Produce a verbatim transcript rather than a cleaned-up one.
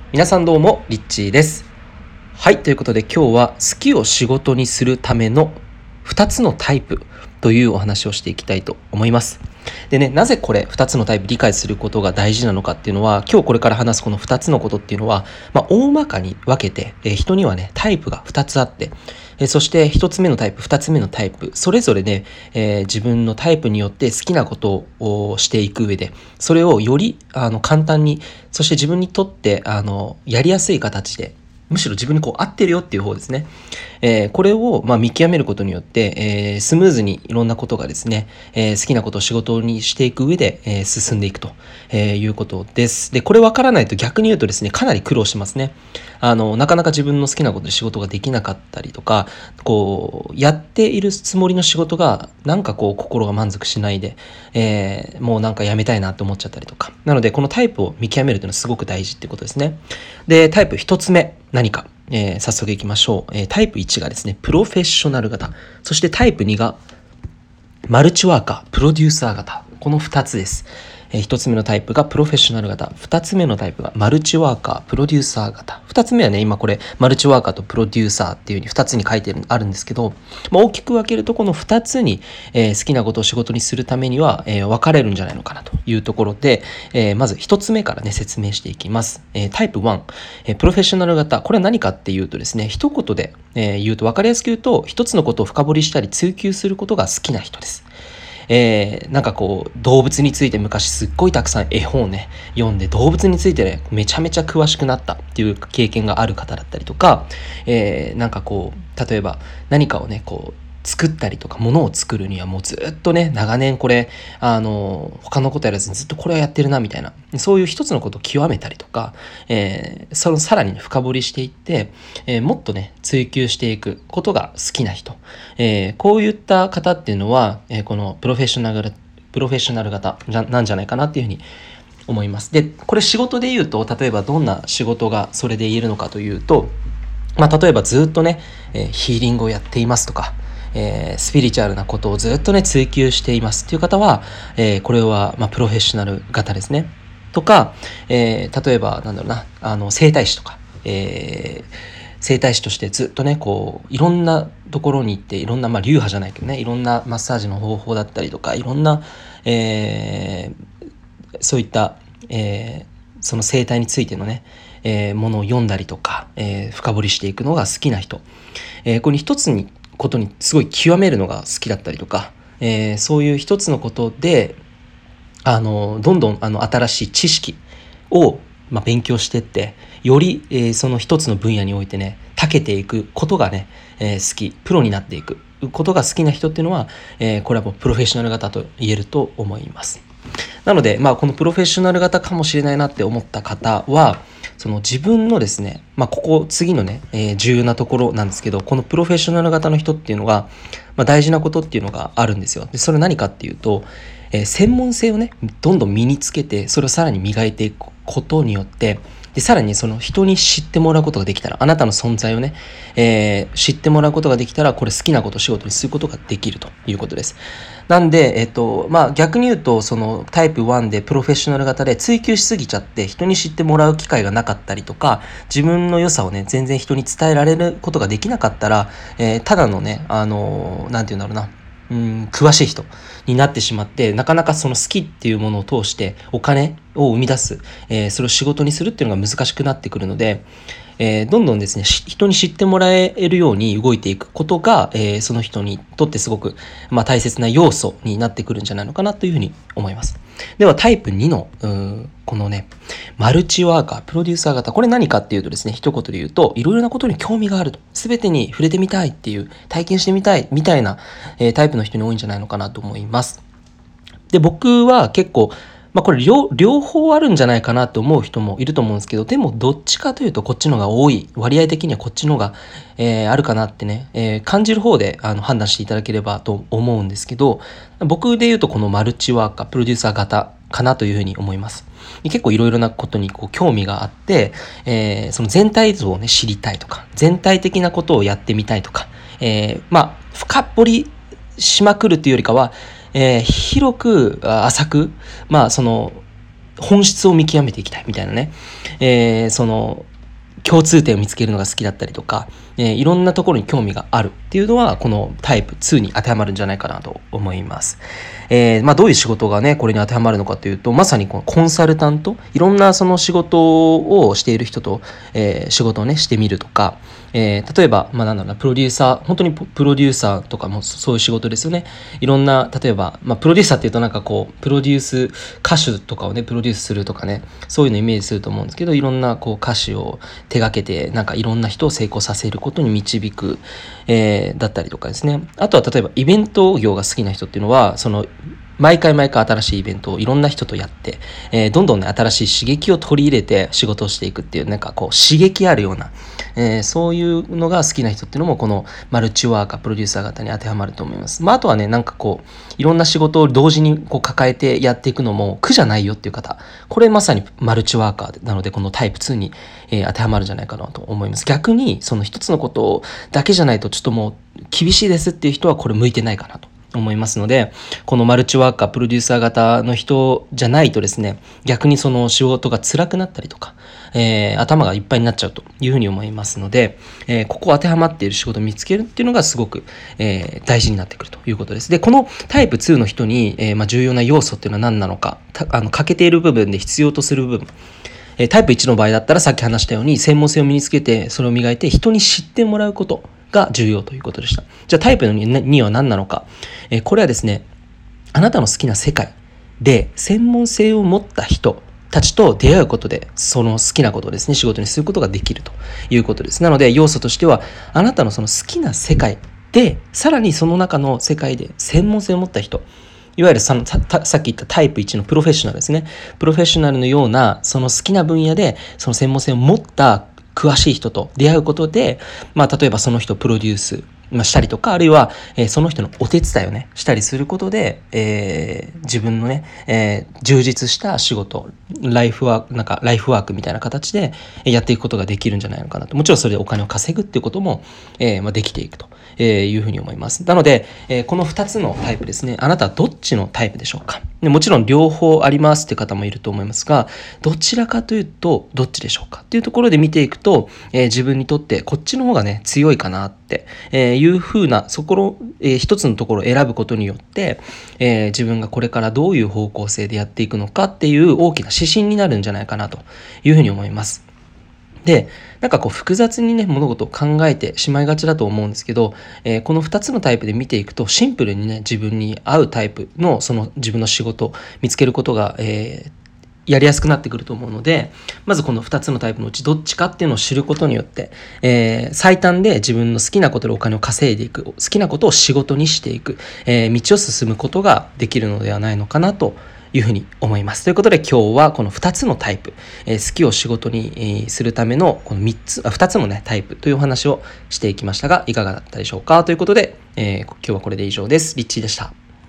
皆さんどうもリッチーです。はい、ということで今日は好きを仕事にするためのふたつのタイプというお話をしていきたいと思います。でね、なぜこれふたつのタイプ理解することが大事なのかっていうのは、今日これから話すこのふたつのことっていうのは、まあ、大まかに分けて、えー人にはねタイプがふたつあって、えーそしてひとつめのタイプ、ふたつめのタイプ、それぞれね、えー自分のタイプによって好きなことをしていく上で、それをよりあの簡単に、そして自分にとってあのやりやすい形で、むしろ自分にこう合ってるよっていう方ですね。えーこれをまあ見極めることによって、えースムーズにいろんなことがですね、えー好きなことを仕事にしていく上で、えー進んでいくと、えーいうことです。で、これ分からないと逆に言うとですね、かなり苦労しますね。あの、なかなか自分の好きなことで仕事ができなかったりとか、こう、やっているつもりの仕事が、なんかこう、心が満足しないで、えーもうなんかやめたいなと思っちゃったりとか。なので、このタイプを見極めるというのはすごく大事っていうことですね。で、タイプひとつめ、何か、えー早速いきましょう。えータイプいちがですね、プロフェッショナル型。そしてタイプにが、マルチワーカー、プロデューサー型。このふたつです。えー、ひとつめのタイプがプロフェッショナル型。ふたつめのタイプがマルチワーカー、プロデューサー型。ふたつめはね、今これ、マルチワーカーとプロデューサーっていう風にふたつに書いてあるんですけど、まあ、大きく分けるとこのふたつに、えー好きなことを仕事にするためには、えー分かれるんじゃないのかなというところで、えーまずひとつめからね、説明していきます。えータイプいち、えープロフェッショナル型。これは何かっていうとですね、一言で、えー言うと分かりやすく言うと、一つのことを深掘りしたり追求することが好きな人です。えー、なんかこう動物について昔すっごいたくさん絵本をね読んで、動物についてねめちゃめちゃ詳しくなったっていう経験がある方だったりとか、えー、なんかこう例えば何かをねこう作ったりとか物を作るにはもうずっとね長年これあの他のことやらずにずっとこれをやってるなみたいな、そういう一つのことを極めたりとか、えー、そのさらに、ね、深掘りしていって、えー、もっとね追求していくことが好きな人、えー、こういった方っていうのは、えー、このプロフェッショナルプロフェッショナル型じゃなんじゃないかなっていうふうに思います。で、これ仕事で言うと、例えばどんな仕事がそれで言えるのかというと、まあ、例えばずっとね、えーヒーリングをやっていますとか、えースピリチュアルなことをずっとね追求していますっていう方は、えーこれはまあプロフェッショナル型ですね。とか、えー例えばなんだろうな、あの整体師とか、えー整体師としてずっとねこういろんなところに行って、いろんなまあ流派じゃないけどね、いろんなマッサージの方法だったりとか、いろんな、えーそういった、えーその生態についてのね、えーものを読んだりとか、えー深掘りしていくのが好きな人、えーこれ一つにことにすごい極めるのが好きだったりとか、えーそういう一つのことであのどんどんあの新しい知識を、まあ、勉強していって、より、えーその一つの分野においてね長けていくことがね、えー好き、プロになっていくことが好きな人っていうのは、えーこれはもうプロフェッショナル型と言えると思います。なので、まあ、このプロフェッショナル型かもしれないなって思った方は、その自分のですね、まあ、ここ次のね、えー重要なところなんですけど、このプロフェッショナル型の人っていうのが、まあ、大事なことっていうのがあるんですよ。で、それ何かっていうと、えー専門性をね、どんどん身につけて、それをさらに磨いていくことによって、で、さらにその人に知ってもらうことができたら、あなたの存在をね、えー知ってもらうことができたら、これ好きなことを仕事にすることができるということです。なんで、えっと、まあ逆に言うと、そのタイプいちでプロフェッショナル型で追求しすぎちゃって、人に知ってもらう機会がなかったりとか、自分の良さをね、全然人に伝えられることができなかったら、えーただのね、あのーなんて言うんだろうな、うん、詳しい人になってしまって、なかなかその好きっていうものを通してお金を生み出す、えーそれを仕事にするっていうのが難しくなってくるので、えーどんどんですね、し人に知ってもらえるように動いていくことが、えーその人にとってすごく、まあ、大切な要素になってくるんじゃないのかなというふうに思います。ではタイプにのうーんこのねマルチワーカープロデューサー型、これ何かっていうとですね、一言で言うと、いろいろなことに興味があると、全てに触れてみたいっていう、体験してみたいみたいな、えータイプの人に多いんじゃないのかなと思います。で、僕は結構、まあこれ両両方あるんじゃないかなと思う人もいると思うんですけど、でもどっちかというとこっちのが多い、割合的にはこっちのが、えーあるかなってね、えー感じる方であの判断していただければと思うんですけど、僕で言うとこのマルチワーカープロデューサー型かなというふうに思います。で、結構いろいろなことにこう興味があって、えーその全体像をね知りたいとか、全体的なことをやってみたいとか、えーまあ深掘りしまくるというよりかは、えー広くあ浅く、まあその本質を見極めていきたいみたいなね、えー、その共通点を見つけるのが好きだったりとか、えー、いろんなところに興味があるっていうのはこのタイプにに当てはまるんじゃないかなと思います。えーまあ、どういう仕事がねこれに当てはまるのかというと、まさにこのコンサルタント、いろんなその仕事をしている人と、えー、仕事をねしてみるとか、えー、例えば、まあ、なんだろうなプロデューサー、本当にプロデューサーとかもそういう仕事ですよね。いろんな例えば、まあ、プロデューサーっていうとなんかこうプロデュース歌手とかをねプロデュースするとかね、そういうのをイメージすると思うんですけど、いろんなこう歌手を手掛けてなんかいろんな人を成功させることに導く、えー、だったりとかですね。あとは例えばイベント業が好きな人っていうのは、その毎回毎回新しいイベントをいろんな人とやって、えー、どんどんね新しい刺激を取り入れて仕事をしていくっていう、なんかこう刺激あるような、えー、そういうのが好きな人っていうのもこのマルチワーカープロデューサー型に当てはまると思います。まああとはね、なんかこういろんな仕事を同時にこう抱えてやっていくのも苦じゃないよっていう方、これまさにマルチワーカーなので、このタイプにに、えー、当てはまるんじゃないかなと思います。逆にその一つのことだけじゃないとちょっともう厳しいですっていう人はこれ向いてないかなと思いますので、このマルチワーカープロデューサー型の人じゃないとですね、逆にその仕事が辛くなったりとか、えー、頭がいっぱいになっちゃうというふうに思いますので、えー、ここ当てはまっている仕事を見つけるっていうのがすごく、えー、大事になってくるということです。で、このタイプにの人に、えーまあ、重要な要素っていうのは何なのか、あの欠けている部分で必要とする部分、えー、タイプいちの場合だったらさっき話したように専門性を身につけてそれを磨いて人に知ってもらうことが重要ということでした。じゃあタイプのには何なのか、えー、これはですね、あなたの好きな世界で専門性を持った人たちと出会うことで、その好きなことをですね仕事にすることができるということです。なので要素としては、あなたのその好きな世界でさらにその中の世界で専門性を持った人、いわゆるささっき言ったタイプいちのプロフェッショナルですね。プロフェッショナルのようなその好きな分野でその専門性を持った詳しい人と出会うことで、まあ例えばその人をプロデュースしたりとか、あるいは、えー、その人のお手伝いをねしたりすることで、えー、自分のね、えー、充実した仕事、ライフワークなんかライフワークみたいな形でやっていくことができるんじゃないのかなと。もちろんそれでお金を稼ぐっていうことも、えーまあ、できていくというふうに思います。なので、えー、このふたつのタイプですね、あなたはどっちのタイプでしょうか。でもちろん両方ありますっていう方もいると思いますが、どちらかというとどっちでしょうかっていうところで見ていくと、えー、自分にとってこっちの方がね強いかなって、えーいうふうなそこの、えー、一つのところを選ぶことによって、えー、自分がこれからどういう方向性でやっていくのかっていう大きな指針になるんじゃないかなというふうに思います。で、なんかこう複雑にね物事を考えてしまいがちだと思うんですけど、えー、このふたつのタイプで見ていくとシンプルにね自分に合うタイプのその自分の仕事を見つけることが、えーやりやすくなってくると思うので、まずこのふたつのタイプのうちどっちかっていうのを知ることによって、えー、最短で自分の好きなことでお金を稼いでいく、好きなことを仕事にしていく、えー、道を進むことができるのではないのかなというふうに思います。ということで今日はこのふたつのタイプ、えー、好きを仕事に、えー、するためのこのみっつ、あふたつのねタイプというお話をしていきましたが、いかがだったでしょうか。ということで、えー、今日はこれで以上です。リッチーでした。